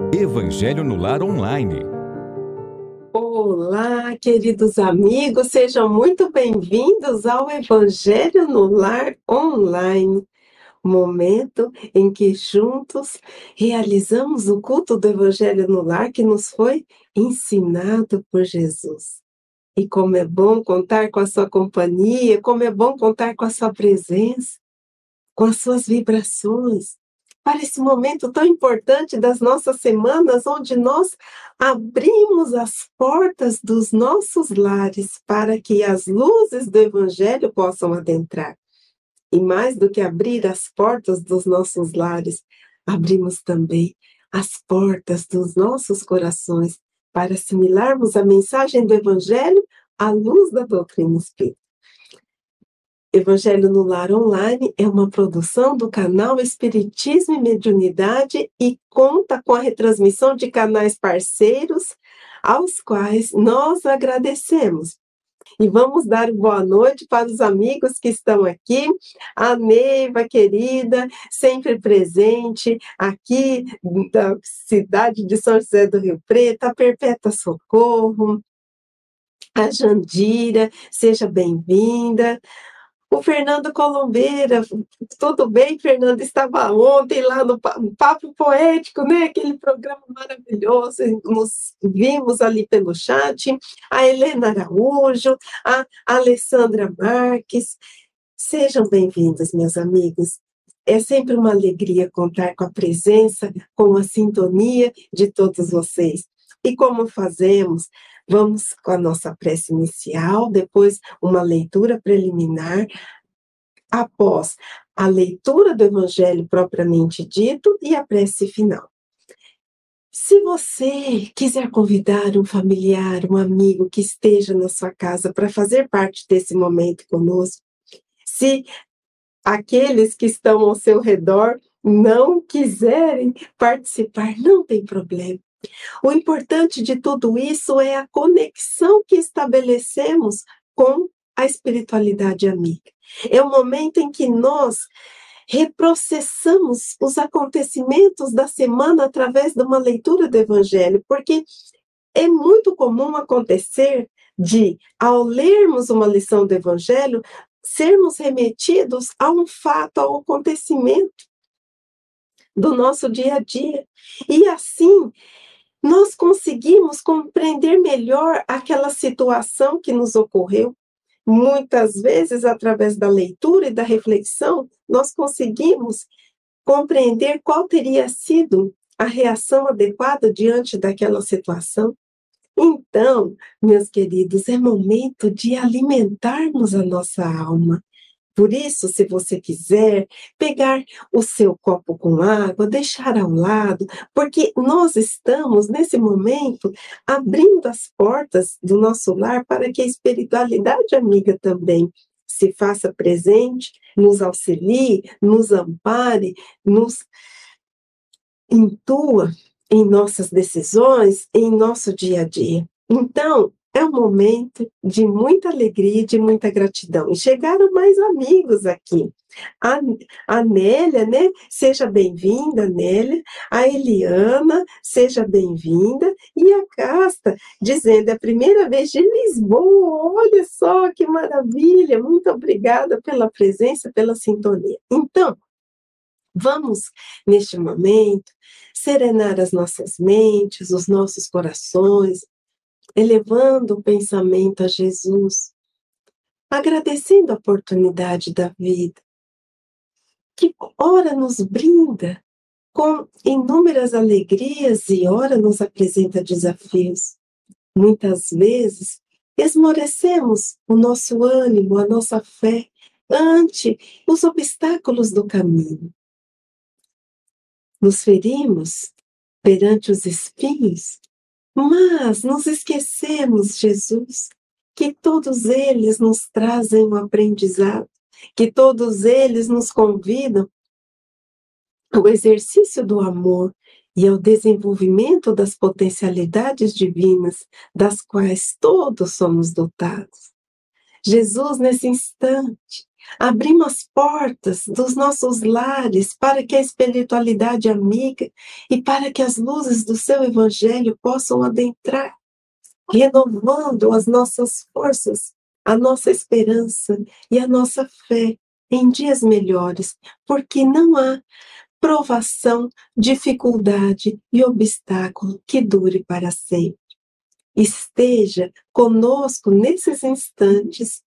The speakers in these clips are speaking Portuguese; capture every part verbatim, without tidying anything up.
Evangelho no Lar Online. Olá, queridos amigos, sejam muito bem-vindos ao Evangelho no Lar Online, momento em que juntos realizamos o culto do Evangelho no Lar que nos foi ensinado por Jesus. E como é bom contar com a sua companhia, como é bom contar com a sua presença, com as suas vibrações, para esse momento tão importante das nossas semanas, onde nós abrimos as portas dos nossos lares para que as luzes do Evangelho possam adentrar. E mais do que abrir as portas dos nossos lares, abrimos também as portas dos nossos corações para assimilarmos a mensagem do Evangelho à luz da doutrina espírita. Evangelho no Lar Online é uma produção do canal Espiritismo e Mediunidade e conta com a retransmissão de canais parceiros, aos quais nós agradecemos. E vamos dar boa noite para os amigos que estão aqui, a Neiva, querida, sempre presente, aqui da cidade de São José do Rio Preto, a Perpétua Socorro, a Jandira, seja bem-vinda. O Fernando Colombeira, tudo bem, Fernando? Estava ontem lá no Papo Poético, né? Aquele programa maravilhoso, nos vimos ali pelo chat, a Helena Araújo, a Alessandra Marques. Sejam bem-vindos, meus amigos. É sempre uma alegria contar com a presença, com a sintonia de todos vocês. E como fazemos? Vamos com a nossa prece inicial, depois uma leitura preliminar, após a leitura do Evangelho propriamente dito e a prece final. Se você quiser convidar um familiar, um amigo que esteja na sua casa para fazer parte desse momento conosco, se aqueles que estão ao seu redor não quiserem participar, não tem problema. O importante de tudo isso é a conexão que estabelecemos com a espiritualidade amiga. É o momento em que nós reprocessamos os acontecimentos da semana através de uma leitura do Evangelho, porque é muito comum acontecer de, ao lermos uma lição do Evangelho, sermos remetidos a um fato, a um acontecimento do nosso dia a dia. E assim, nós conseguimos compreender melhor aquela situação que nos ocorreu. Muitas vezes, através da leitura e da reflexão, nós conseguimos compreender qual teria sido a reação adequada diante daquela situação. Então, meus queridos, é momento de alimentarmos a nossa alma. Por isso, se você quiser pegar o seu copo com água, deixar ao lado, porque nós estamos, nesse momento, abrindo as portas do nosso lar para que a espiritualidade amiga também se faça presente, nos auxilie, nos ampare, nos intua em nossas decisões, em nosso dia a dia. Então, é um momento de muita alegria e de muita gratidão. E chegaram mais amigos aqui. A, a Nélia, né? Seja bem-vinda, Nélia. A Eliana, seja bem-vinda. E a Casta, dizendo, é a primeira vez de Lisboa. Olha só que maravilha. Muito obrigada pela presença, pela sintonia. Então, vamos, neste momento, serenar as nossas mentes, os nossos corações, elevando o pensamento a Jesus, agradecendo a oportunidade da vida, que ora nos brinda com inúmeras alegrias e ora nos apresenta desafios. Muitas vezes, esmorecemos o nosso ânimo, a nossa fé, ante os obstáculos do caminho. Nos ferimos perante os espinhos, mas nos esquecemos, Jesus, que todos eles nos trazem um aprendizado, que todos eles nos convidam ao exercício do amor e ao desenvolvimento das potencialidades divinas, das quais todos somos dotados. Jesus, nesse instante, Abrimos as portas dos nossos lares para que a espiritualidade amiga e para que as luzes do seu evangelho possam adentrar, renovando as nossas forças, a nossa esperança e a nossa fé em dias melhores, porque não há provação, dificuldade e obstáculo que dure para sempre. Esteja conosco nesses instantes,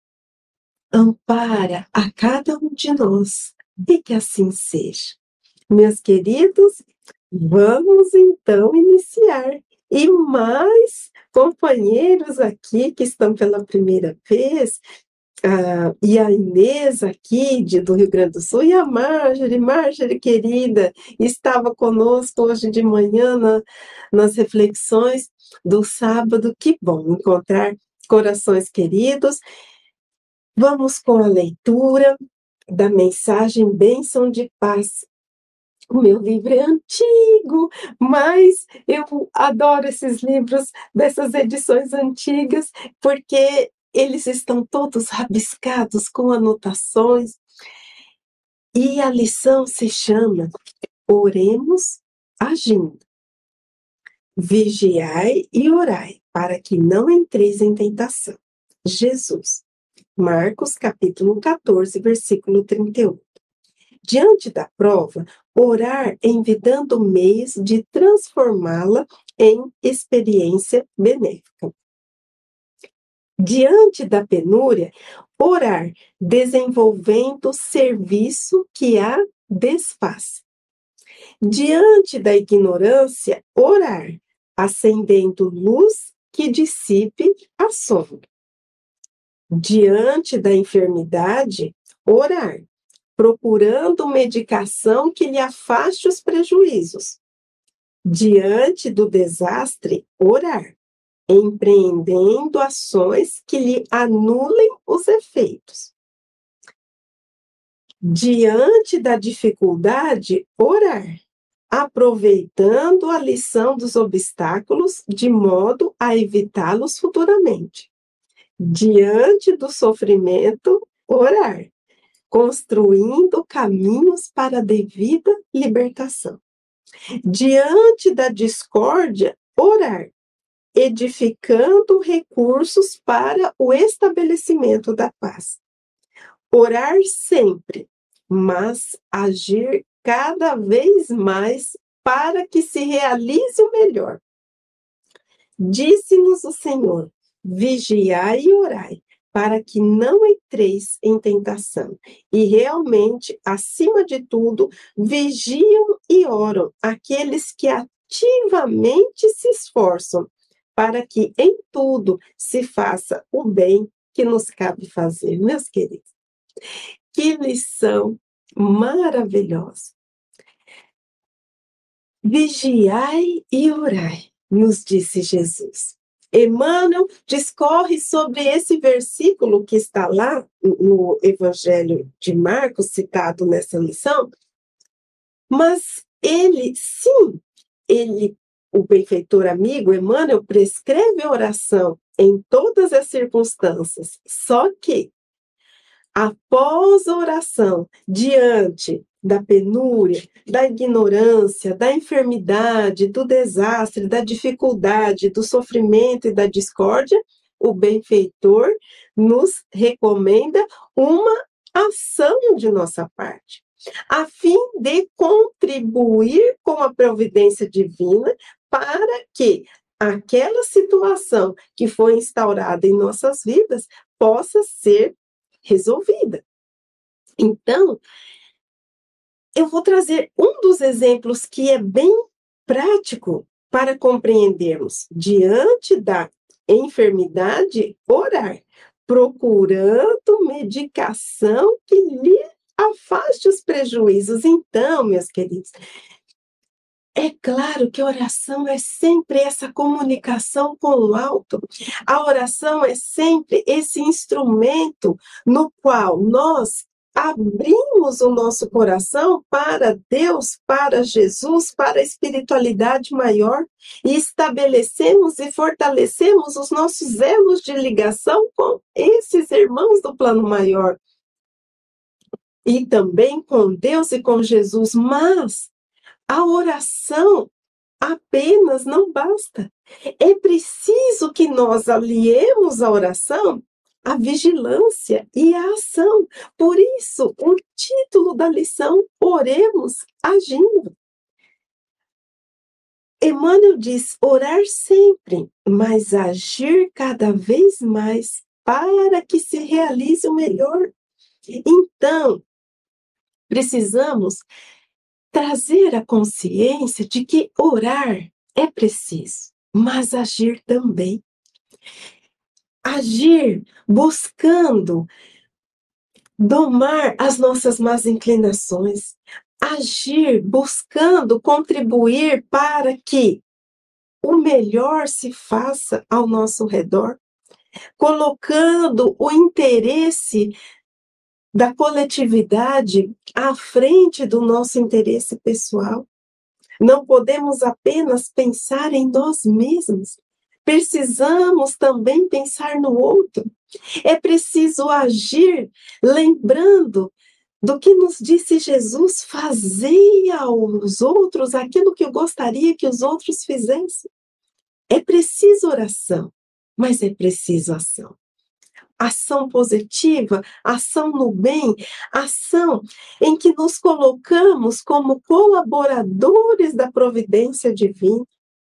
ampara a cada um de nós, e que assim seja. Meus queridos, vamos então iniciar. E mais companheiros aqui que estão pela primeira vez, ah, e a Inês aqui de, do Rio Grande do Sul, e a Marjorie, Marjorie querida, estava conosco hoje de manhã na, nas reflexões do sábado. Que bom encontrar corações queridos. Vamos com a leitura da mensagem Bênção de Paz. O meu livro é antigo, mas eu adoro esses livros dessas edições antigas, porque eles estão todos rabiscados com anotações. E a lição se chama Oremos agindo. Vigiai e orai, para que não entreis em tentação. Jesus. Marcos, capítulo quatorze, versículo trinta e oito. Diante da prova, orar envidando meios de transformá-la em experiência benéfica. Diante da penúria, orar desenvolvendo serviço que a desfaz. Diante da ignorância, orar acendendo luz que dissipe a sombra. Diante da enfermidade, orar procurando medicação que lhe afaste os prejuízos. Diante do desastre, orar, empreendendo ações que lhe anulem os efeitos. Diante da dificuldade, orar, aproveitando a lição dos obstáculos de modo a evitá-los futuramente. Diante do sofrimento, orar, construindo caminhos para a devida libertação. Diante da discórdia, orar, edificando recursos para o estabelecimento da paz. Orar sempre, mas agir cada vez mais para que se realize o melhor. Disse-nos o Senhor: vigiai e orai, para que não entreis em tentação. E realmente, acima de tudo, vigiam e oram aqueles que ativamente se esforçam, para que em tudo se faça o bem que nos cabe fazer. Meus queridos, que lição maravilhosa! Vigiai e orai, nos disse Jesus. Emmanuel discorre sobre esse versículo que está lá no Evangelho de Marcos, citado nessa lição, mas ele, sim, ele, o benfeitor amigo Emmanuel, prescreve oração em todas as circunstâncias, só que, após a oração, diante da penúria, da ignorância, da enfermidade, do desastre, da dificuldade, do sofrimento e da discórdia, o benfeitor nos recomenda uma ação de nossa parte, a fim de contribuir com a providência divina para que aquela situação que foi instaurada em nossas vidas possa ser resolvida. Então, eu vou trazer um dos exemplos que é bem prático para compreendermos. Diante da enfermidade, orar, procurando medicação que lhe afaste os prejuízos. Então, meus queridos, é claro que a oração é sempre essa comunicação com o alto. A oração é sempre esse instrumento no qual nós abrimos o nosso coração para Deus, para Jesus, para a espiritualidade maior e estabelecemos e fortalecemos os nossos elos de ligação com esses irmãos do plano maior. e também com Deus e com Jesus, mas a oração apenas não basta. É preciso que nós aliemos a oração à vigilância e à ação. Por isso, o título da lição, Oremos Agindo. Emmanuel diz, orar sempre, mas agir cada vez mais para que se realize o melhor. Então, precisamos trazer a consciência de que orar é preciso, mas agir também. Agir buscando domar as nossas más inclinações. Agir buscando contribuir para que o melhor se faça ao nosso redor, colocando o interesse da coletividade à frente do nosso interesse pessoal. Não podemos apenas pensar em nós mesmos, precisamos também pensar no outro. É preciso agir lembrando do que nos disse Jesus, fazei aos outros aquilo que eu gostaria que os outros fizessem. É preciso oração, mas é preciso ação. Ação positiva, ação no bem, ação em que nos colocamos como colaboradores da providência divina.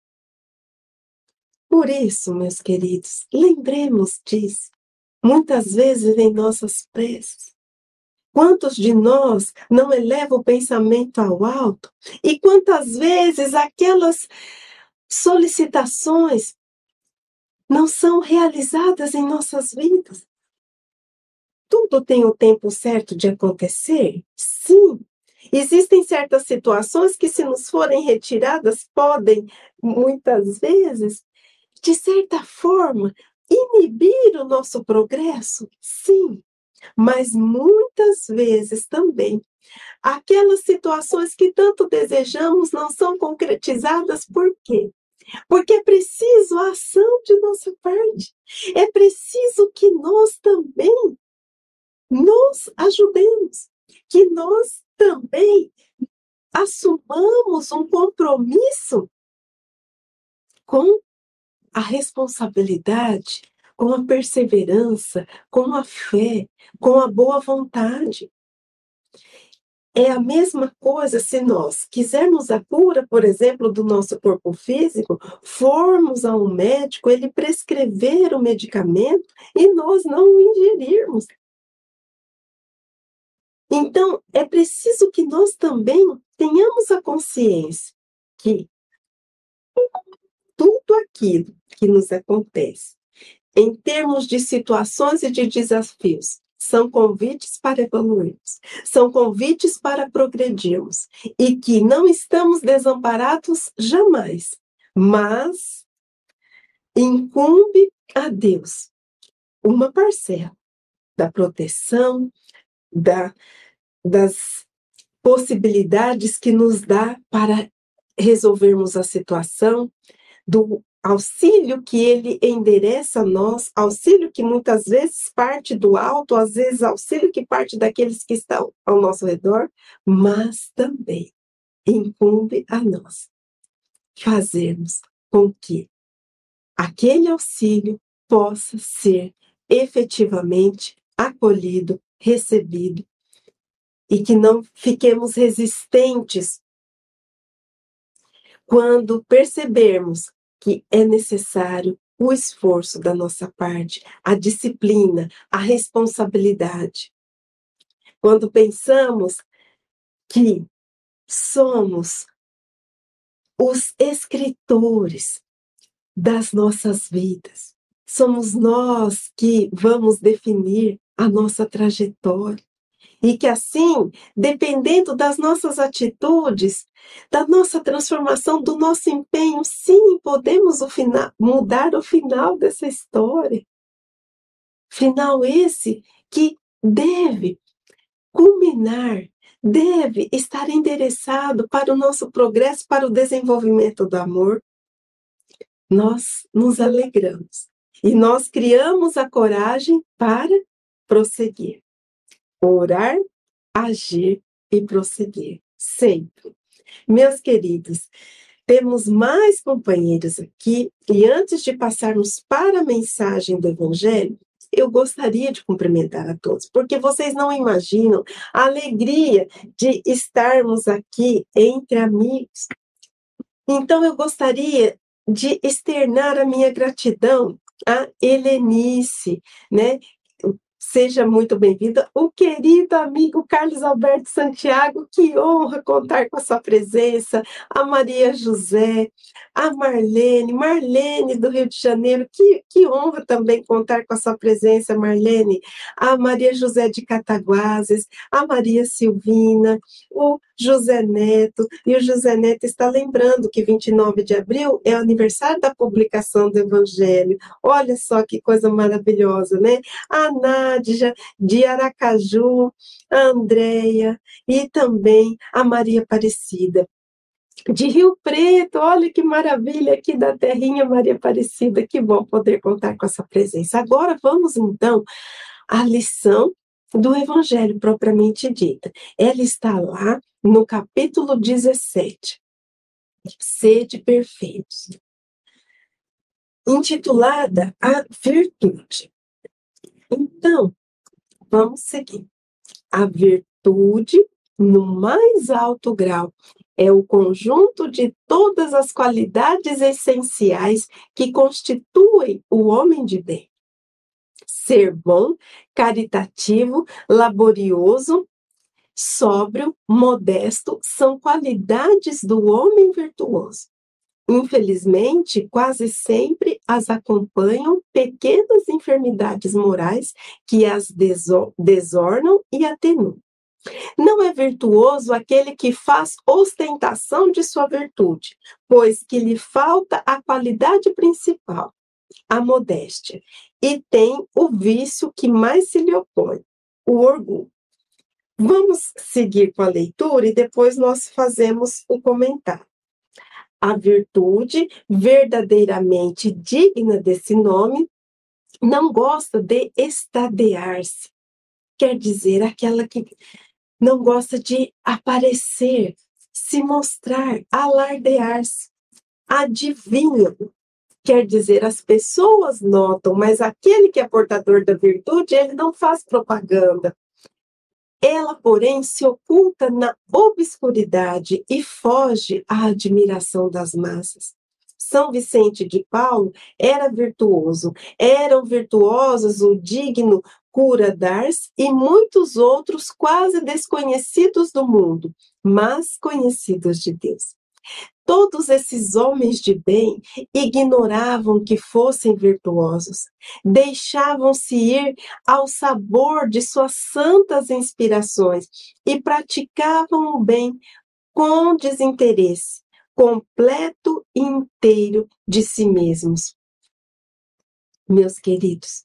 Por isso, meus queridos, lembremos disso, muitas vezes em nossas preces. Quantos de nós não elevam o pensamento ao alto? E quantas vezes aquelas solicitações não são realizadas em nossas vidas? Tudo tem o tempo certo de acontecer? Sim. Existem certas situações que, se nos forem retiradas, podem, muitas vezes, de certa forma, inibir o nosso progresso? Sim. Mas muitas vezes também, aquelas situações que tanto desejamos não são concretizadas. Por quê? Porque é preciso a ação de nossa parte. É preciso que nós também nos ajudemos, que nós também assumamos um compromisso com a responsabilidade, com a perseverança, com a fé, com a boa vontade. É a mesma coisa se nós quisermos a cura, por exemplo, do nosso corpo físico, formos a um médico, ele prescrever o medicamento e nós não o ingerirmos. Então, é preciso que nós também tenhamos a consciência que tudo aquilo que nos acontece, em termos de situações e de desafios, são convites para evoluirmos, são convites para progredirmos, e que não estamos desamparados jamais, mas incumbe a Deus uma parcela da proteção, da, das possibilidades que nos dá para resolvermos a situação, do auxílio que ele endereça a nós, auxílio que muitas vezes parte do alto, às vezes auxílio que parte daqueles que estão ao nosso redor, mas também incumbe a nós fazermos com que aquele auxílio possa ser efetivamente acolhido, recebido, e que não fiquemos resistentes quando percebermos que é necessário o esforço da nossa parte, a disciplina, a responsabilidade. Quando pensamos que somos os escritores das nossas vidas, somos nós que vamos definir a nossa trajetória. E que assim, dependendo das nossas atitudes, da nossa transformação, do nosso empenho, sim, podemos o final, mudar o final dessa história. Final esse que deve culminar, deve estar endereçado para o nosso progresso, para o desenvolvimento do amor. Nós nos alegramos e nós criamos a coragem para prosseguir. Orar agir e proceder, sempre. Meus queridos, temos mais companheiros aqui, e antes de passarmos para a mensagem do Evangelho, eu gostaria de cumprimentar a todos, porque vocês não imaginam a alegria de estarmos aqui entre amigos. Então, eu gostaria de externar a minha gratidão a Helenice, né? Seja muito bem-vinda. O querido amigo Carlos Alberto Santiago, que honra contar com a sua presença. A Maria José, a Marlene, Marlene do Rio de Janeiro, que, que honra também contar com a sua presença, Marlene. A Maria José de Cataguases, a Maria Silvina, o José Neto. E o José Neto está lembrando que vinte e nove de abril é o aniversário da publicação do Evangelho. Olha só que coisa maravilhosa, né? A Nádia de Aracaju, a Andréia e também a Maria Aparecida de Rio Preto. Olha que maravilha aqui da terrinha Maria Aparecida, que bom poder contar com essa presença. Agora vamos então à lição do Evangelho propriamente dita. Ela está lá no capítulo dezessete, Sede Perfeitos, intitulada A Virtude. Então, vamos seguir. A virtude, no mais alto grau, é o conjunto de todas as qualidades essenciais que constituem o homem de bem. Ser bom, caritativo, laborioso, sóbrio, modesto, são qualidades do homem virtuoso. Infelizmente, quase sempre as acompanham pequenas enfermidades morais que as desornam e atenuam. Não é virtuoso aquele que faz ostentação de sua virtude, pois que lhe falta a qualidade principal, a modéstia, e tem o vício que mais se lhe opõe, o orgulho. Vamos seguir com a leitura e depois nós fazemos o comentário. A virtude, verdadeiramente digna desse nome, não gosta de estadear-se. Quer dizer, aquela que não gosta de aparecer, se mostrar, alardear-se. Adivinham. Quer dizer, as pessoas notam, mas aquele que é portador da virtude, ele não faz propaganda. Ela, porém, se oculta na obscuridade e foge à admiração das massas. São Vicente de Paulo era virtuoso, eram virtuosos o digno Cura d'Ars e muitos outros quase desconhecidos do mundo, mas conhecidos de Deus. Todos esses homens de bem ignoravam que fossem virtuosos, deixavam-se ir ao sabor de suas santas inspirações e praticavam o bem com desinteresse, completo e inteiro de si mesmos. Meus queridos,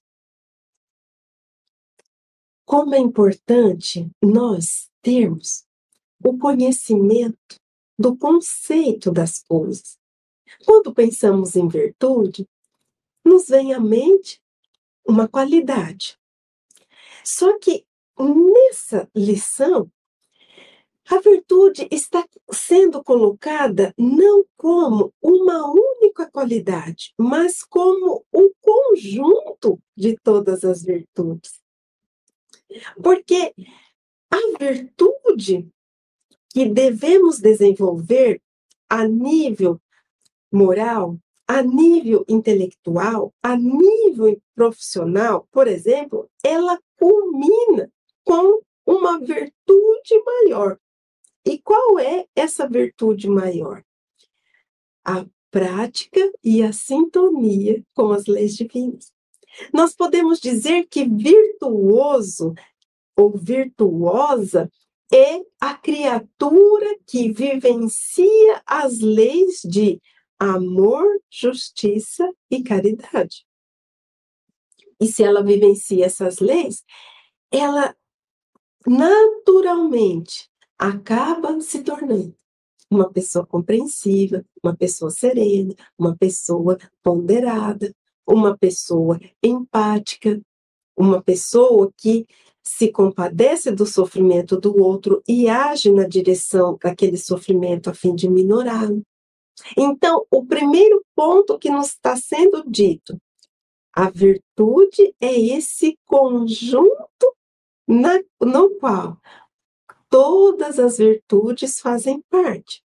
como é importante nós termos o conhecimento do conceito das coisas. Quando pensamos em virtude, nos vem à mente uma qualidade. Só que nessa lição, a virtude está sendo colocada não como uma única qualidade, mas como o conjunto de todas as virtudes. Porque a virtude que devemos desenvolver a nível moral, a nível intelectual, a nível profissional, por exemplo, ela culmina com uma virtude maior. E qual é essa virtude maior? A prática e a sintonia com as leis divinas. Nós podemos dizer que virtuoso ou virtuosa é a criatura que vivencia as leis de amor, justiça e caridade. E se ela vivencia essas leis, ela naturalmente acaba se tornando uma pessoa compreensiva, uma pessoa serena, uma pessoa ponderada, uma pessoa empática, uma pessoa que se compadece do sofrimento do outro e age na direção daquele sofrimento a fim de minorá-lo. Então, o primeiro ponto que nos está sendo dito, a virtude é esse conjunto na, no qual todas as virtudes fazem parte.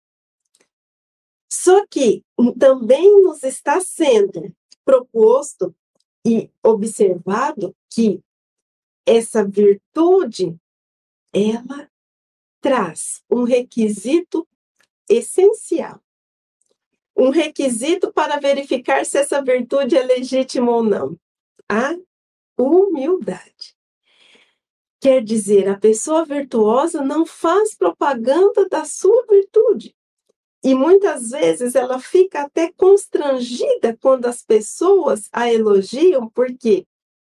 Só que também nos está sendo proposto e observado que essa virtude, ela traz um requisito essencial. Um requisito para verificar se essa virtude é legítima ou não. A humildade. Quer dizer, a pessoa virtuosa não faz propaganda da sua virtude. E muitas vezes ela fica até constrangida quando as pessoas a elogiam, porque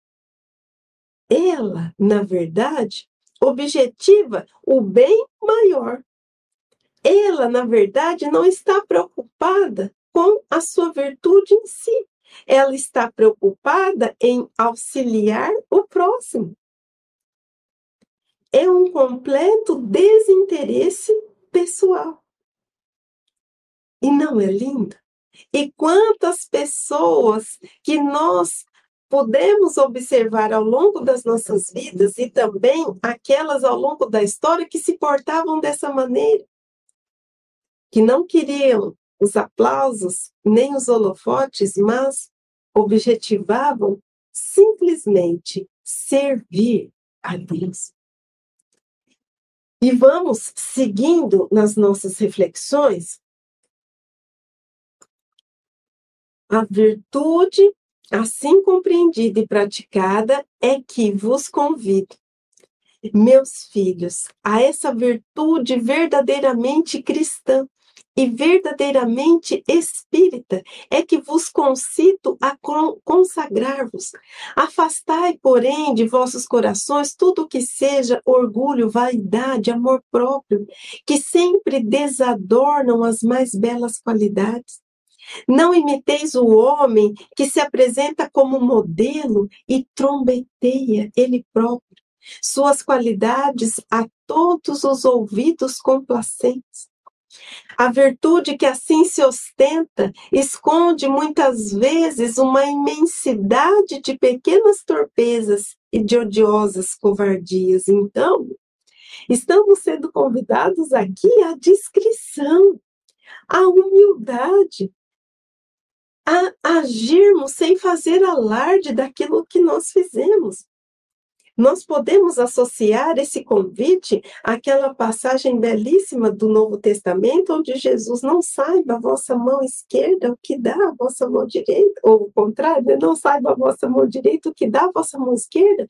ela, na verdade, objetiva o bem maior. Ela, na verdade, não está preocupada com a sua virtude em si. Ela está preocupada em auxiliar o próximo. É um completo desinteresse pessoal. E não é lindo? E quantas pessoas que nós podemos observar ao longo das nossas vidas e também aquelas ao longo da história que se portavam dessa maneira, que não queriam os aplausos nem os holofotes, mas objetivavam simplesmente servir a Deus. E vamos seguindo nas nossas reflexões. A virtude, assim compreendida e praticada, é que vos convido, meus filhos, a essa virtude verdadeiramente cristã e verdadeiramente espírita, é que vos concito a consagrar-vos. Afastai, porém, de vossos corações tudo o que seja orgulho, vaidade, amor próprio, que sempre desadornam as mais belas qualidades. Não imiteis o homem que se apresenta como modelo e trombeteia ele próprio, suas qualidades a todos os ouvidos complacentes. A virtude que assim se ostenta esconde muitas vezes uma imensidade de pequenas torpezas e de odiosas covardias. Então, estamos sendo convidados aqui à discrição, à humildade, a agirmos sem fazer alarde daquilo que nós fizemos. Nós podemos associar esse convite àquela passagem belíssima do Novo Testamento, onde Jesus não saiba a vossa mão esquerda o que dá a vossa mão direita, ou o contrário, não saiba a vossa mão direita o que dá a vossa mão esquerda.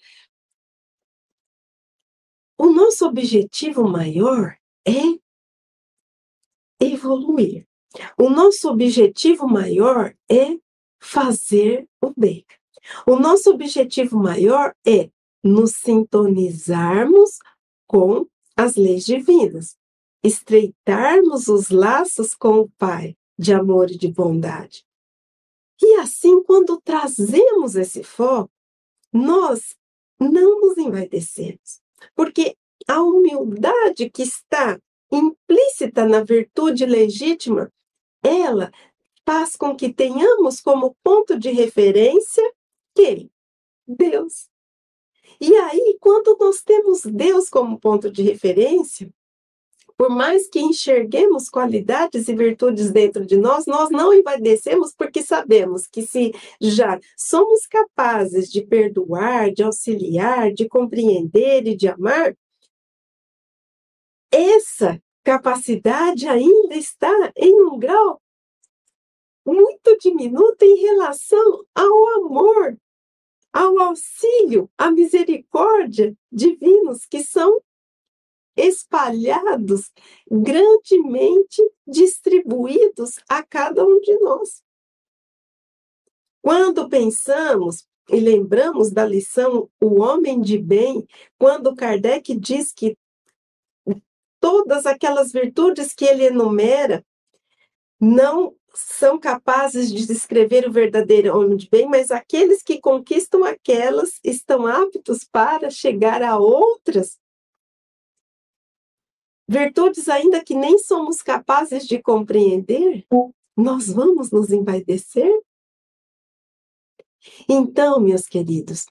O nosso objetivo maior é evoluir. O nosso objetivo maior é fazer o bem. O nosso objetivo maior é nos sintonizarmos com as leis divinas, estreitarmos os laços com o Pai de amor e de bondade. E assim, quando trazemos esse foco, nós não nos envaidecemos, porque a humildade que está implícita na virtude legítima, ela faz com que tenhamos como ponto de referência quem? Deus. E aí, quando nós temos Deus como ponto de referência, por mais que enxerguemos qualidades e virtudes dentro de nós, nós não envaidecemos porque sabemos que se já somos capazes de perdoar, de auxiliar, de compreender e de amar, essa capacidade ainda está em um grau muito diminuto em relação ao amor, ao auxílio, à misericórdia divinos que são espalhados, grandemente distribuídos a cada um de nós. Quando pensamos e lembramos da lição O Homem de Bem, quando Kardec diz que todas aquelas virtudes que ele enumera não são capazes de descrever o verdadeiro homem de bem, mas aqueles que conquistam aquelas estão aptos para chegar a outras virtudes, ainda que nem somos capazes de compreender. Nós vamos nos envaidecer? Então, meus queridos,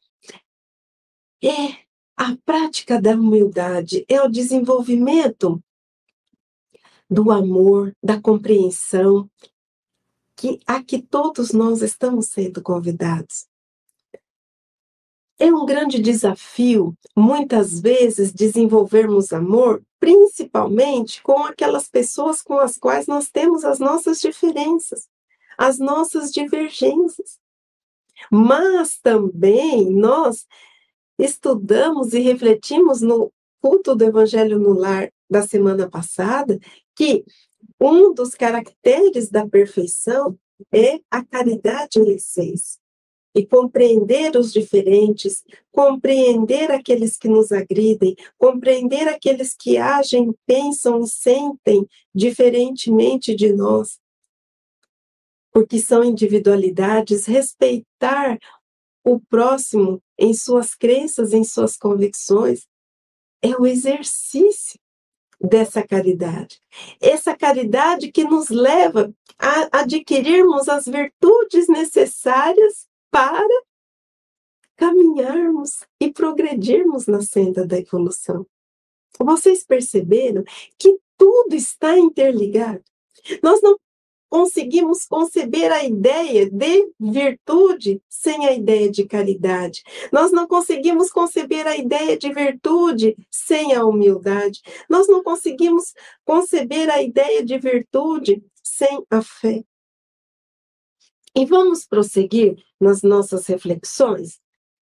é a prática da humildade, é o desenvolvimento do amor, da compreensão, que a que todos nós estamos sendo convidados. É um grande desafio, muitas vezes, desenvolvermos amor, principalmente com aquelas pessoas com as quais nós temos as nossas diferenças, as nossas divergências. Mas também nós estudamos e refletimos no culto do Evangelho no Lar da semana passada, que um dos caracteres da perfeição é a caridade em essência. E compreender os diferentes, compreender aqueles que nos agridem, compreender aqueles que agem, pensam e sentem diferentemente de nós, porque são individualidades, respeitar o próximo em suas crenças, em suas convicções, é o exercício dessa caridade. Essa caridade que nos leva a adquirirmos as virtudes necessárias para caminharmos e progredirmos na senda da evolução. Vocês perceberam que tudo está interligado? Nós não conseguimos conceber a ideia de virtude sem a ideia de caridade. Nós não conseguimos conceber a ideia de virtude sem a humildade. Nós não conseguimos conceber a ideia de virtude sem a fé. E vamos prosseguir nas nossas reflexões?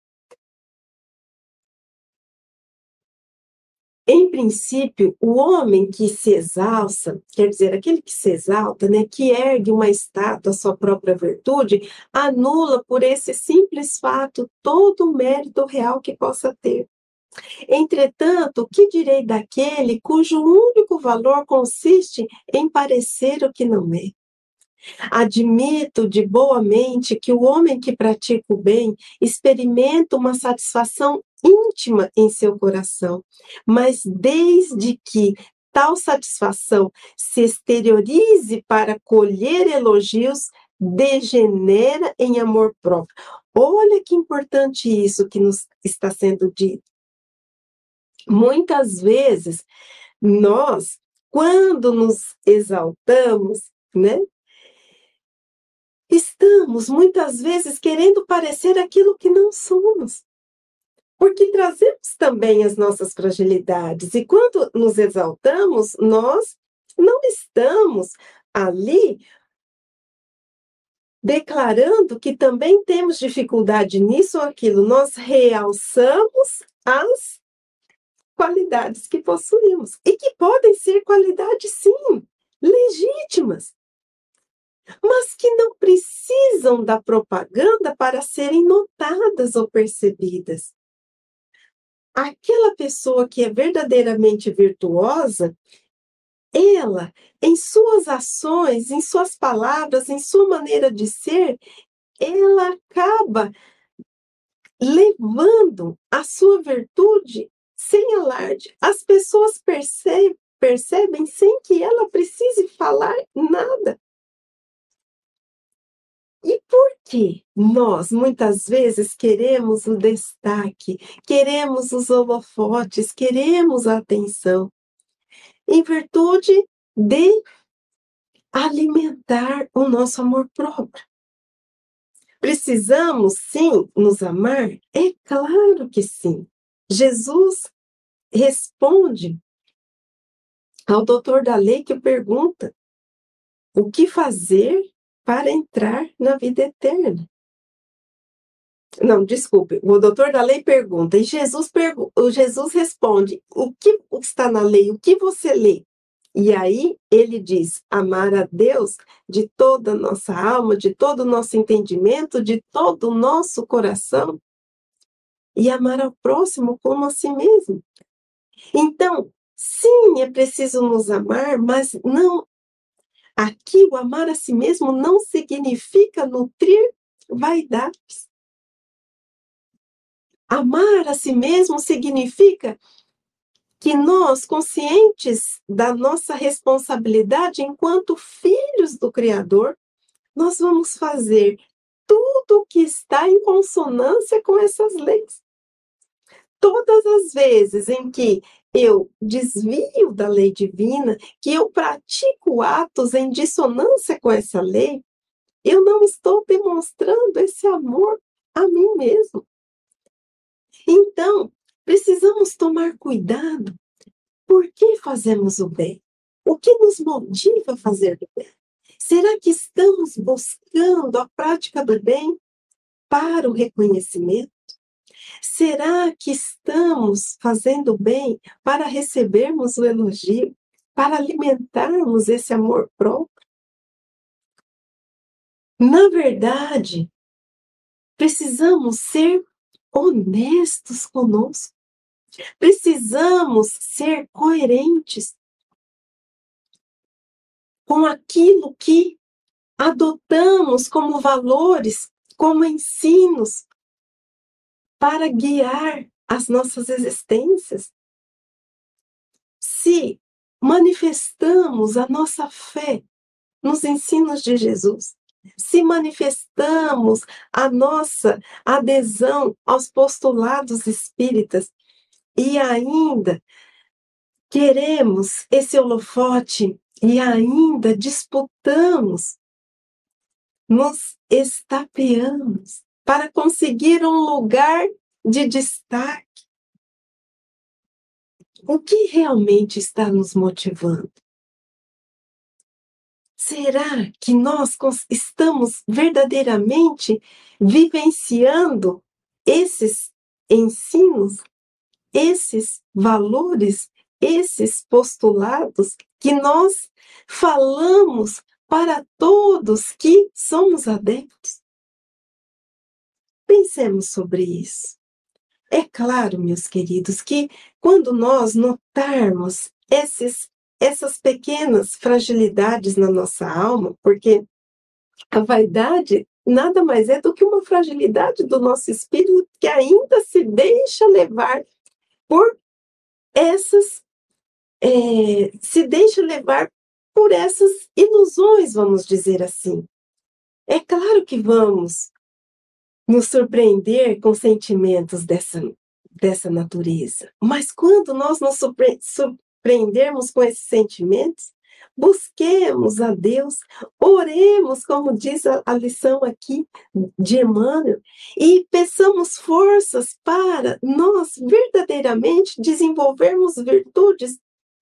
Em princípio, o homem que se exalça, quer dizer, aquele que se exalta, né, que ergue uma estátua à sua própria virtude, anula por esse simples fato todo o mérito real que possa ter. Entretanto, o que direi daquele cujo único valor consiste em parecer o que não é? Admito de boa mente que o homem que pratica o bem experimenta uma satisfação íntima em seu coração, mas desde que tal satisfação se exteriorize para colher elogios, degenera em amor próprio. Olha que importante isso que nos está sendo dito. Muitas vezes, nós, quando nos exaltamos, né, estamos, muitas vezes, querendo parecer aquilo que não somos. Porque trazemos também as nossas fragilidades. E quando nos exaltamos, nós não estamos ali declarando que também temos dificuldade nisso ou aquilo. Nós realçamos as qualidades que possuímos. E que podem ser qualidades, sim, legítimas, mas que não precisam da propaganda para serem notadas ou percebidas. Aquela pessoa que é verdadeiramente virtuosa, ela, em suas ações, em suas palavras, em sua maneira de ser, ela acaba levando a sua virtude sem alarde. As pessoas percebem, percebem sem que ela precise falar nada. E por que nós, muitas vezes, queremos o destaque, queremos os holofotes, queremos a atenção? Em virtude de alimentar o nosso amor próprio. Precisamos, sim, nos amar? É claro que sim. Jesus responde ao doutor da lei que pergunta: o que fazer para entrar na vida eterna? Não, desculpe, o doutor da lei pergunta, e Jesus, pergu Jesus responde: o que está na lei? O que você lê? E aí ele diz: amar a Deus de toda a nossa alma, de todo o nosso entendimento, de todo o nosso coração, e amar ao próximo como a si mesmo. Então, sim, é preciso nos amar, mas não Aqui, o amar a si mesmo não significa nutrir vaidades. Amar a si mesmo significa que nós, conscientes da nossa responsabilidade enquanto filhos do Criador, nós vamos fazer tudo o que está em consonância com essas leis. Todas as vezes em que eu desvio da lei divina, que eu pratico atos em dissonância com essa lei, eu não estou demonstrando esse amor a mim mesmo. Então, precisamos tomar cuidado. Por que fazemos o bem? O que nos motiva a fazer o bem? Será que estamos buscando a prática do bem para o reconhecimento? Será que estamos fazendo o bem para recebermos o elogio, para alimentarmos esse amor próprio? Na verdade, precisamos ser honestos conosco. Precisamos ser coerentes com aquilo que adotamos como valores, como ensinos, para guiar as nossas existências. Se manifestamos a nossa fé nos ensinos de Jesus, se manifestamos a nossa adesão aos postulados espíritas e ainda queremos esse holofote e ainda disputamos, nos estapeamos para conseguir um lugar de destaque. O que realmente está nos motivando? Será que nós estamos verdadeiramente vivenciando esses ensinos, esses valores, esses postulados que nós falamos para todos que somos adeptos? Pensemos sobre isso. É claro, meus queridos, que quando nós notarmos esses, essas pequenas fragilidades na nossa alma, porque a vaidade nada mais é do que uma fragilidade do nosso espírito que ainda se deixa levar por essas, é, se deixa levar por essas ilusões, vamos dizer assim. É claro que vamos nos surpreender com sentimentos dessa, dessa natureza. Mas quando nós nos surpre surpreendermos com esses sentimentos, busquemos a Deus, oremos, como diz a, a lição aqui de Emmanuel, e peçamos forças para nós verdadeiramente desenvolvermos virtudes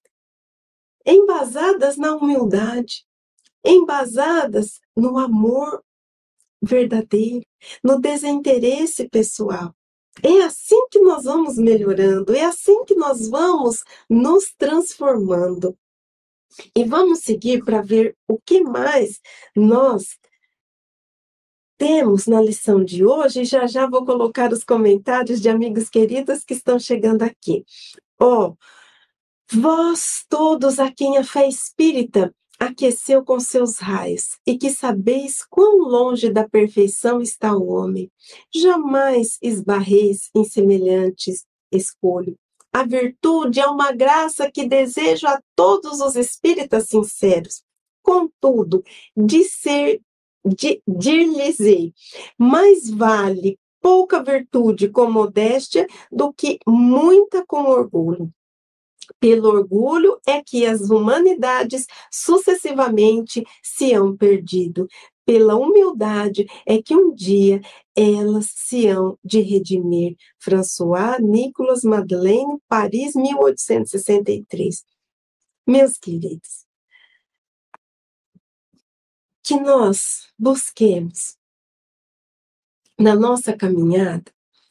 embasadas na humildade, embasadas no amor verdadeiro, no desinteresse pessoal. É assim que nós vamos melhorando, é assim que nós vamos nos transformando. E vamos seguir para ver o que mais nós temos na lição de hoje. E já já vou colocar os comentários de amigos queridos que estão chegando aqui. Ó, oh, vós todos a quem a fé espírita aqueceu com seus raios, e que sabeis quão longe da perfeição está o homem, jamais esbarreis em semelhantes escolho. A virtude é uma graça que desejo a todos os espíritas sinceros. Contudo, dizer, di, dir-lhes-ei, mais vale pouca virtude com modéstia do que muita com orgulho. Pelo orgulho é que as humanidades sucessivamente se hão perdido. Pela humildade é que um dia elas se hão de redimir. François Nicolas Madeleine, Paris, mil oitocentos e sessenta e três. Meus queridos, que nós busquemos na nossa caminhada,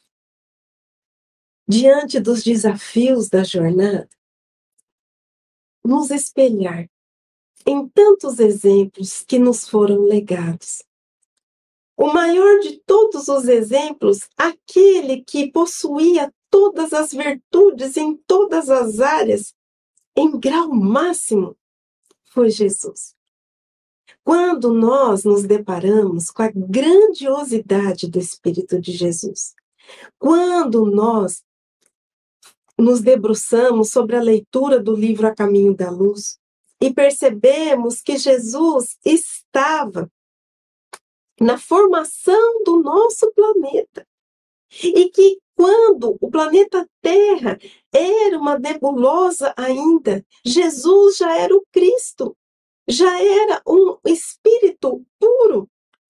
diante dos desafios da jornada, nos espelhar em tantos exemplos que nos foram legados. O maior de todos os exemplos, aquele que possuía todas as virtudes em todas as áreas, em grau máximo, foi Jesus. Quando nós nos deparamos com a grandiosidade do Espírito de Jesus, quando nós nos debruçamos sobre a leitura do livro A Caminho da Luz e percebemos que Jesus estava na formação do nosso planeta e que quando o planeta Terra era uma nebulosa ainda, Jesus já era o Cristo, já era um espírito puro.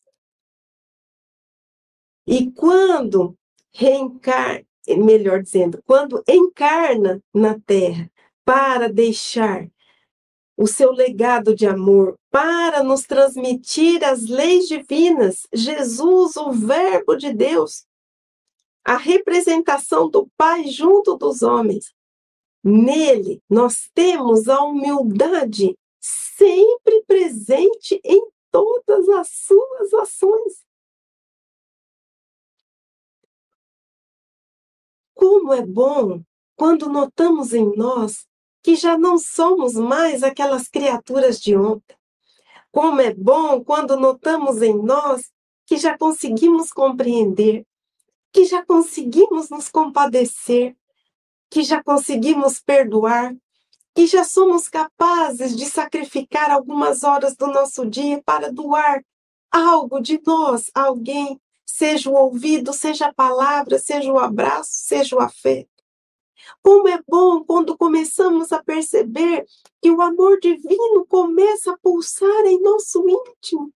E quando reencarna, melhor dizendo, quando encarna na Terra para deixar o seu legado de amor, para nos transmitir as leis divinas, Jesus, o Verbo de Deus, a representação do Pai junto dos homens. Nele, nós temos a humildade sempre presente em todas as suas ações. Como é bom quando notamos em nós que já não somos mais aquelas criaturas de ontem. Como é bom quando notamos em nós que já conseguimos compreender, que já conseguimos nos compadecer, que já conseguimos perdoar, que já somos capazes de sacrificar algumas horas do nosso dia para doar algo de nós a alguém, seja o ouvido, seja a palavra, seja o abraço, seja o afeto. Como é bom quando começamos a perceber que o amor divino começa a pulsar em nosso íntimo.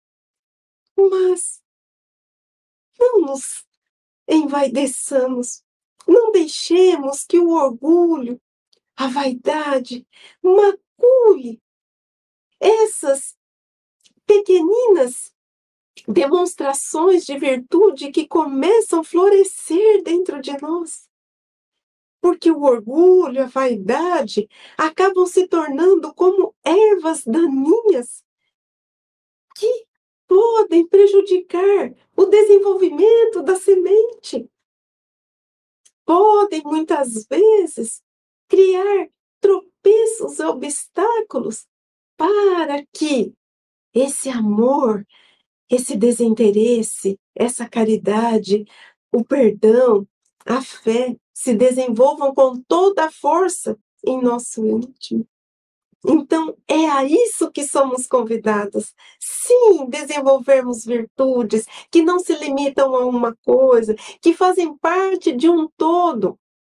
Mas não nos envaideçamos, não deixemos que o orgulho, a vaidade, macule essas pequeninas demonstrações de virtude que começam a florescer dentro de nós. Porque o orgulho, a vaidade, acabam se tornando como ervas daninhas que podem prejudicar o desenvolvimento da semente. Podem, muitas vezes, criar tropeços e obstáculos para que esse amor, esse desinteresse, essa caridade, o perdão, a fé, se desenvolvam com toda a força em nosso íntimo. Então, é a isso que somos convidados. Sim, desenvolvermos virtudes que não se limitam a uma coisa, que fazem parte de um todo.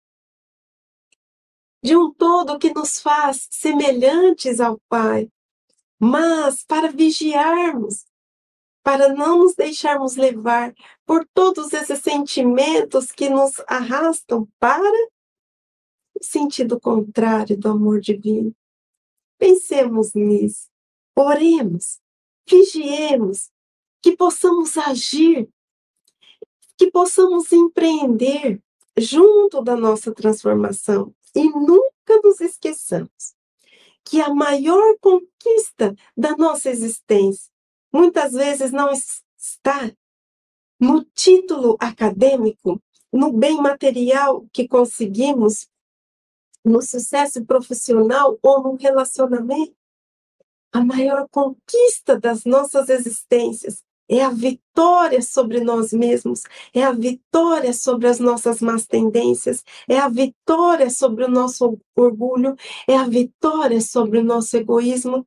De um todo que nos faz semelhantes ao Pai. Mas para vigiarmos, para não nos deixarmos levar por todos esses sentimentos que nos arrastam para o sentido contrário do amor divino. Pensemos nisso, oremos, vigiemos, que possamos agir, que possamos empreender junto da nossa transformação e nunca nos esqueçamos que a maior conquista da nossa existência muitas vezes não está no título acadêmico, no bem material que conseguimos, no sucesso profissional ou no relacionamento. A maior conquista das nossas existências é a vitória sobre nós mesmos, é a vitória sobre as nossas más tendências, é a vitória sobre o nosso orgulho, é a vitória sobre o nosso egoísmo.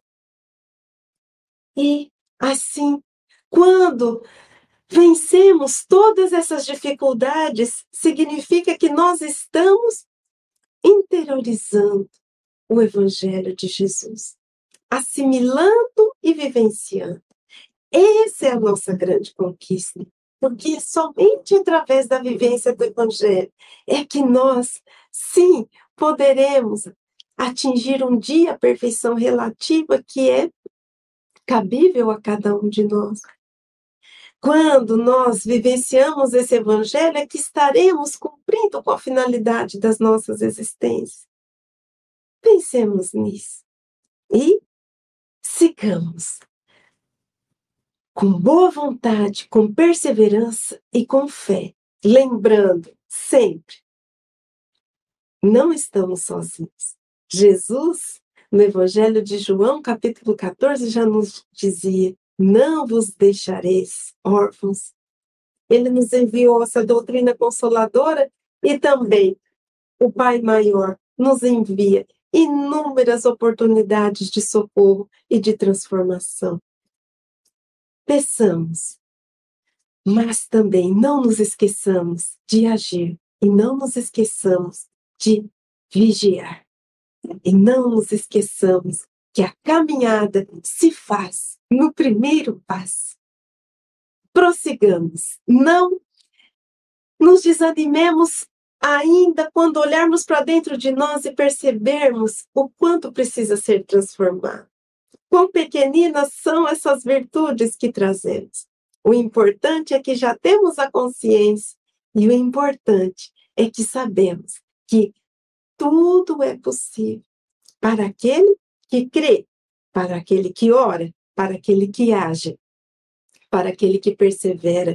E, assim, quando vencemos todas essas dificuldades, significa que nós estamos interiorizando o Evangelho de Jesus, assimilando e vivenciando. Essa é a nossa grande conquista, porque somente através da vivência do Evangelho é que nós, sim, poderemos atingir um dia a perfeição relativa que é cabível a cada um de nós. Quando nós vivenciamos esse Evangelho, é que estaremos cumprindo com a finalidade das nossas existências. Pensemos nisso e sigamos com boa vontade, com perseverança e com fé, lembrando sempre, não estamos sozinhos. Jesus no Evangelho de João, capítulo quatorze, já nos dizia: não vos deixareis órfãos. Ele nos enviou essa doutrina consoladora e também o Pai Maior nos envia inúmeras oportunidades de socorro e de transformação. Peçamos, mas também não nos esqueçamos de agir e não nos esqueçamos de vigiar. E não nos esqueçamos que a caminhada se faz no primeiro passo. Prossigamos, não nos desanimemos ainda quando olharmos para dentro de nós e percebermos o quanto precisa ser transformado. Quão pequeninas são essas virtudes que trazemos. O importante é que já temos a consciência e o importante é que sabemos que tudo é possível para aquele que crê, para aquele que ora, para aquele que age, para aquele que persevera.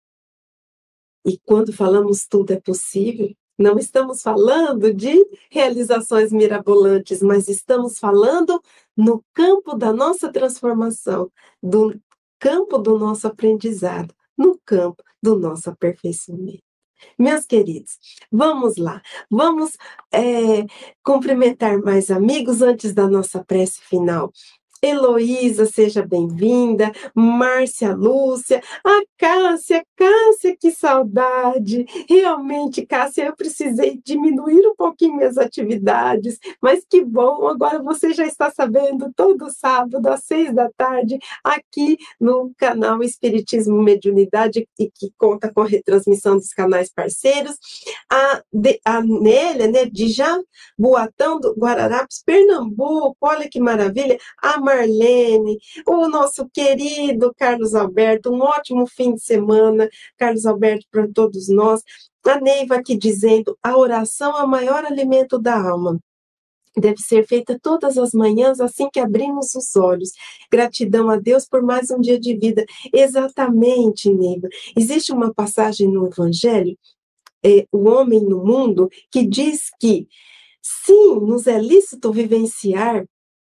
E quando falamos tudo é possível, não estamos falando de realizações mirabolantes, mas estamos falando no campo da nossa transformação, do campo do nosso aprendizado, no campo do nosso aperfeiçoamento. Meus queridos, vamos lá, vamos é, cumprimentar mais amigos antes da nossa prece final. Heloísa, seja bem-vinda. Márcia Lúcia, a Cássia, Cássia, que saudade. Realmente, Cássia, eu precisei diminuir um pouquinho minhas atividades, mas que bom, agora você já está sabendo, todo sábado, às seis da tarde, aqui no canal Espiritismo Mediunidade, e que conta com a retransmissão dos canais parceiros. A, de, a Nélia, né, de Jaboatão do Guararapes, Pernambuco, olha que maravilha. A Marlene, o nosso querido Carlos Alberto, um ótimo fim de semana, Carlos Alberto, para todos nós. A Neiva aqui dizendo: a oração é o maior alimento da alma. Deve ser feita todas as manhãs, assim que abrimos os olhos. Gratidão a Deus por mais um dia de vida. Exatamente, Neiva. Existe uma passagem no Evangelho, é, O Homem no Mundo, que diz que, sim, nos é lícito vivenciar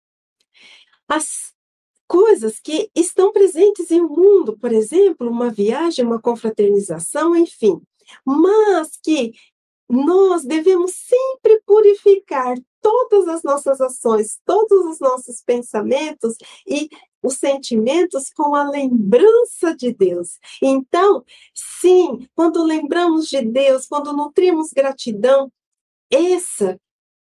as coisas que estão presentes em um mundo, por exemplo, uma viagem, uma confraternização, enfim, mas que nós devemos sempre purificar todas as nossas ações, todos os nossos pensamentos e os sentimentos com a lembrança de Deus. Então, sim, quando lembramos de Deus, quando nutrimos gratidão, essa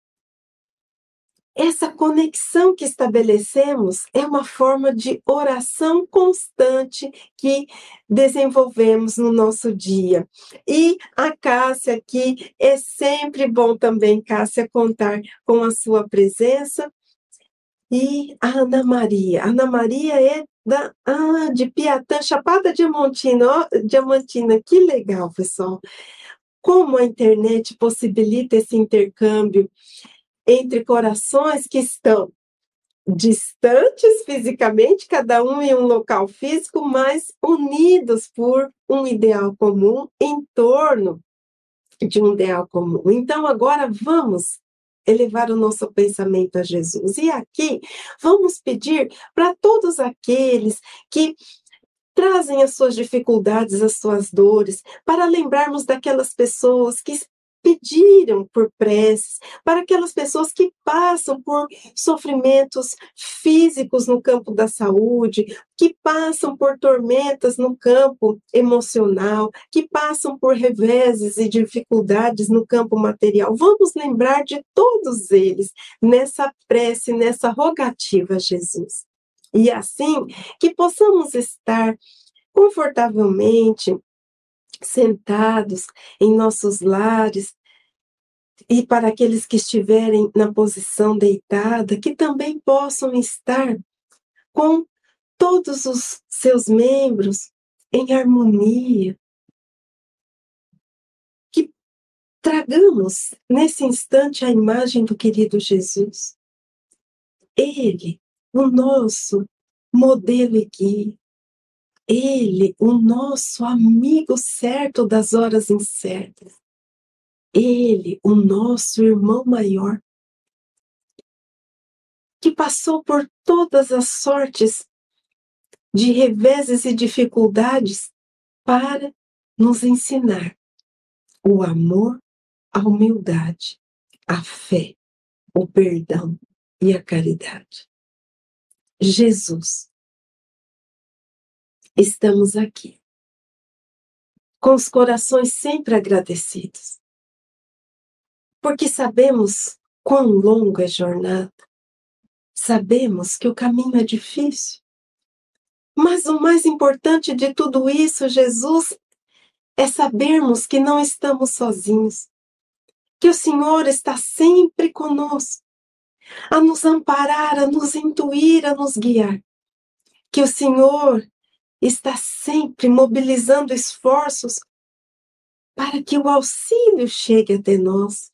Essa conexão que estabelecemos é uma forma de oração constante que desenvolvemos no nosso dia. E a Cássia aqui, é sempre bom também, Cássia, contar com a sua presença. E a Ana Maria. Ana Maria é da, ah, de Piatã, Chapada Diamantina. Ó, Diamantina, que legal, pessoal. Como a internet possibilita esse intercâmbio entre corações que estão distantes fisicamente, cada um em um local físico, mas unidos por um ideal comum, em torno de um ideal comum. Então, agora vamos elevar o nosso pensamento a Jesus. E aqui vamos pedir para todos aqueles que trazem as suas dificuldades, as suas dores, para lembrarmos daquelas pessoas que pediram por preces, para aquelas pessoas que passam por sofrimentos físicos no campo da saúde, que passam por tormentas no campo emocional, que passam por reveses e dificuldades no campo material. Vamos lembrar de todos eles nessa prece, nessa rogativa a Jesus. E assim, que possamos estar confortavelmente sentados em nossos lares, e para aqueles que estiverem na posição deitada, que também possam estar com todos os seus membros em harmonia. Que tragamos nesse instante a imagem do querido Jesus. Ele, o nosso modelo e guia. Ele, o nosso amigo certo das horas incertas. Ele, o nosso irmão maior. que passou por todas as sortes de reveses e dificuldades para nos ensinar o amor, a humildade, a fé, o perdão e a caridade. Jesus, estamos aqui, com os corações sempre agradecidos, porque sabemos quão longa é a jornada, sabemos que o caminho é difícil, mas o mais importante de tudo isso, Jesus, é sabermos que não estamos sozinhos, que o Senhor está sempre conosco, a nos amparar, a nos intuir, a nos guiar, que o Senhor está sempre mobilizando esforços para que o auxílio chegue até nós.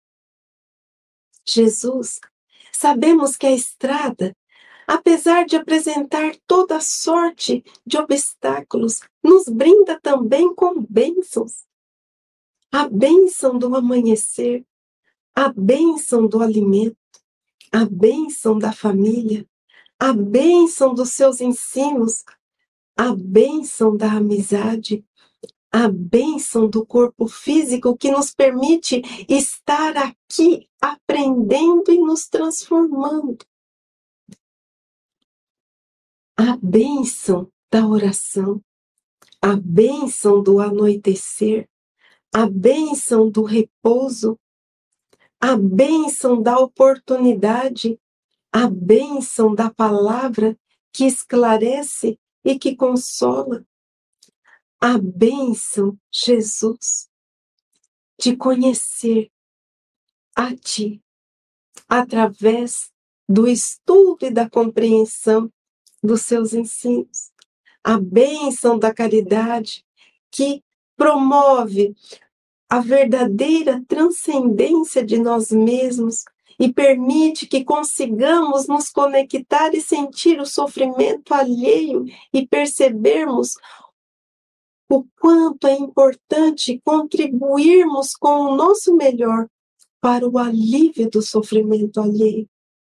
Jesus, sabemos que a estrada, apesar de apresentar toda sorte de obstáculos, nos brinda também com bênçãos. A bênção do amanhecer, a bênção do alimento, a bênção da família, a bênção dos seus ensinos, a bênção da amizade, a bênção do corpo físico que nos permite estar aqui aprendendo e nos transformando. A bênção da oração, a bênção do anoitecer, a bênção do repouso, a bênção da oportunidade, a bênção da palavra que esclarece e que consola. A bênção, Jesus, de conhecer a Ti, através do estudo e da compreensão dos seus ensinos. A bênção da caridade, que promove a verdadeira transcendência de nós mesmos e permite que consigamos nos conectar e sentir o sofrimento alheio e percebermos o quanto é importante contribuirmos com o nosso melhor para o alívio do sofrimento alheio.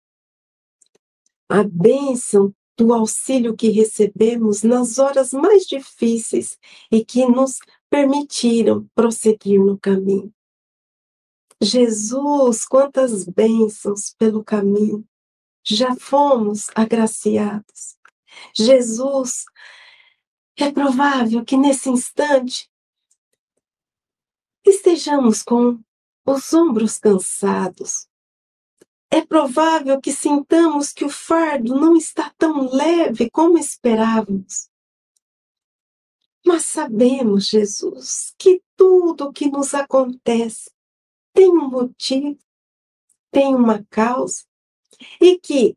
A bênção do auxílio que recebemos nas horas mais difíceis e que nos permitiram prosseguir no caminho. Jesus, quantas bênçãos pelo caminho, já fomos agraciados. Jesus, é provável que nesse instante estejamos com os ombros cansados. É provável que sintamos que o fardo não está tão leve como esperávamos. Mas sabemos, Jesus, que tudo o que nos acontece tem um motivo, tem uma causa, e que,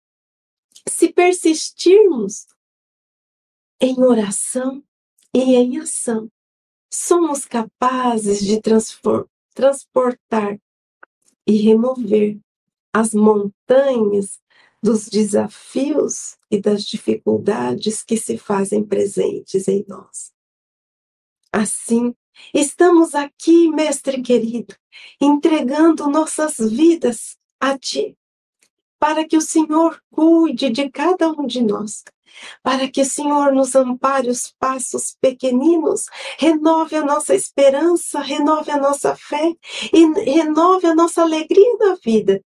se persistirmos em oração e em ação, somos capazes de transportar e remover as montanhas dos desafios e das dificuldades que se fazem presentes em nós. Assim, estamos aqui, Mestre querido, entregando nossas vidas a Ti, para que o Senhor cuide de cada um de nós, para que o Senhor nos ampare os passos pequeninos, renove a nossa esperança, renove a nossa fé e renove a nossa alegria na vida.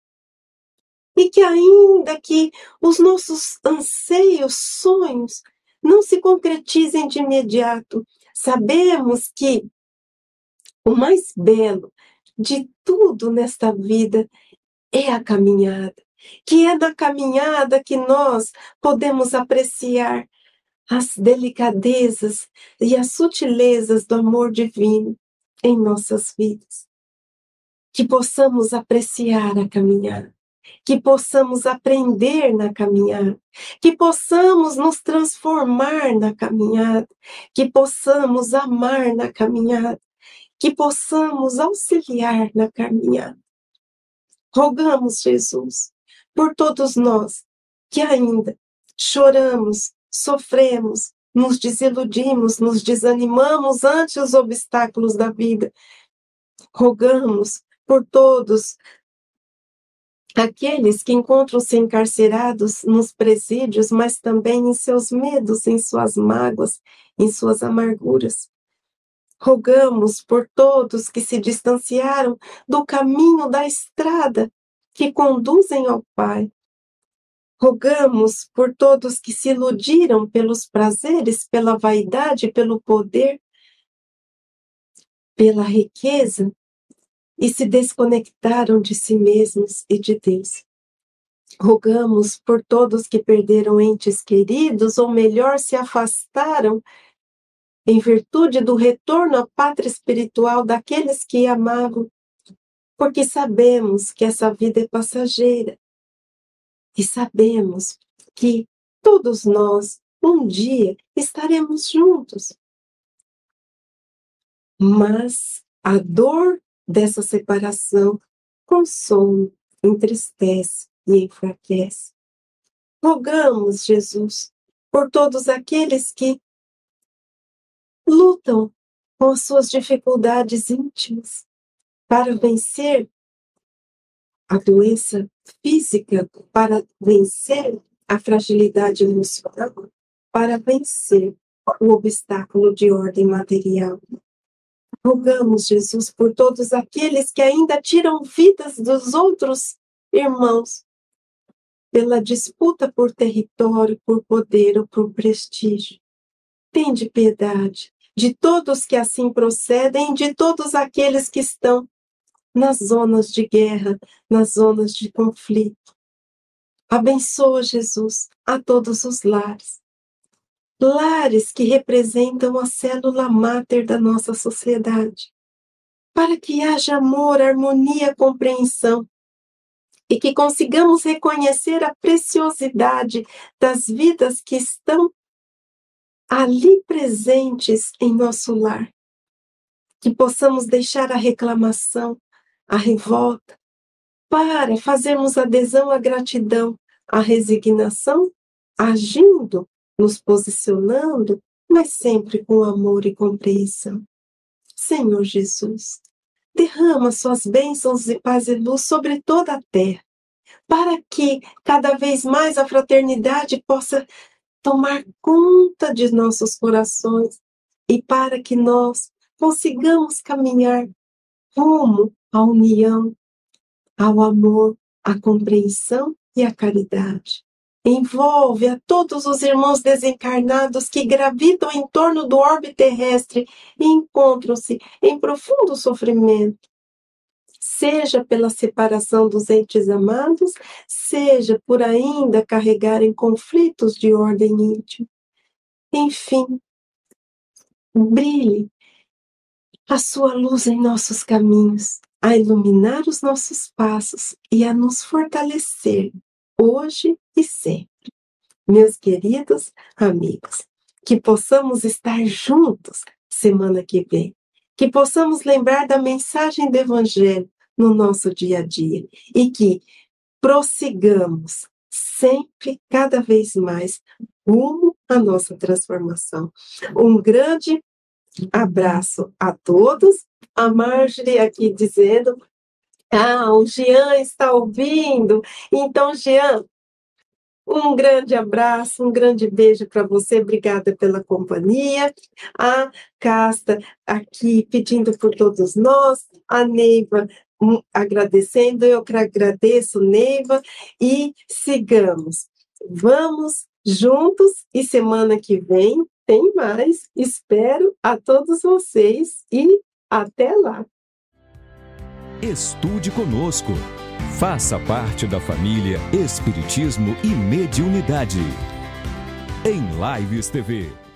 E que ainda que os nossos anseios, sonhos, não se concretizem de imediato, sabemos que o mais belo de tudo nesta vida é a caminhada, que é da caminhada que nós podemos apreciar as delicadezas e as sutilezas do amor divino em nossas vidas. Que possamos apreciar a caminhada, que possamos aprender na caminhada, que possamos nos transformar na caminhada, que possamos amar na caminhada, que possamos auxiliar na caminhada. Rogamos, Jesus, por todos nós que ainda choramos, sofremos, nos desiludimos, nos desanimamos ante os obstáculos da vida. Rogamos por todos Aqueles que encontram-se encarcerados nos presídios, mas também em seus medos, em suas mágoas, em suas amarguras. Rogamos por todos que se distanciaram do caminho da estrada que conduzem ao Pai. Rogamos por todos que se iludiram pelos prazeres, pela vaidade, pelo poder, pela riqueza, e se desconectaram de si mesmos e de Deus. Rogamos por todos que perderam entes queridos, ou melhor, se afastaram em virtude do retorno à pátria espiritual daqueles que amavam, porque sabemos que essa vida é passageira e sabemos que todos nós, um dia, estaremos juntos. Mas a dor dessa separação consome, entristece e enfraquece. Rogamos, Jesus, por todos aqueles que lutam com as suas dificuldades íntimas para vencer a doença física, para vencer a fragilidade emocional, para vencer o obstáculo de ordem material. Rogamos, Jesus, por todos aqueles que ainda tiram vidas dos outros irmãos, pela disputa por território, por poder ou por prestígio. Tende piedade de todos que assim procedem, de todos aqueles que estão nas zonas de guerra, nas zonas de conflito. Abençoa, Jesus, a todos os lares. Lares que representam a célula máter da nossa sociedade, para que haja amor, harmonia, compreensão, e que consigamos reconhecer a preciosidade das vidas que estão ali presentes em nosso lar. Que possamos deixar a reclamação, a revolta, para fazermos adesão à gratidão, à resignação, agindo, nos posicionando, mas sempre com amor e compreensão. Senhor Jesus, derrama suas bênçãos e paz e luz sobre toda a terra, para que cada vez mais a fraternidade possa tomar conta de nossos corações e para que nós consigamos caminhar rumo à união, ao amor, à compreensão e à caridade. Envolve a todos os irmãos desencarnados que gravitam em torno do orbe terrestre e encontram-se em profundo sofrimento, seja pela separação dos entes amados, seja por ainda carregarem conflitos de ordem íntima. Enfim, brilhe a sua luz em nossos caminhos, a iluminar os nossos passos e a nos fortalecer hoje e sempre. Meus queridos amigos, que possamos estar juntos semana que vem, que possamos lembrar da mensagem do Evangelho no nosso dia a dia e que prossigamos sempre, cada vez mais, rumo à nossa transformação. Um grande abraço a todos. A Marjorie aqui dizendo, ah, o Jean está ouvindo. Então, Jean, um grande abraço, um grande beijo para você, obrigada pela companhia. A Casta aqui pedindo por todos nós, a Neiva um, agradecendo, eu que agradeço, Neiva, e sigamos. Vamos juntos e semana que vem tem mais. Espero a todos vocês e até lá. Estude conosco. Faça parte da família Espiritismo e Mediunidade. Em Lives T V.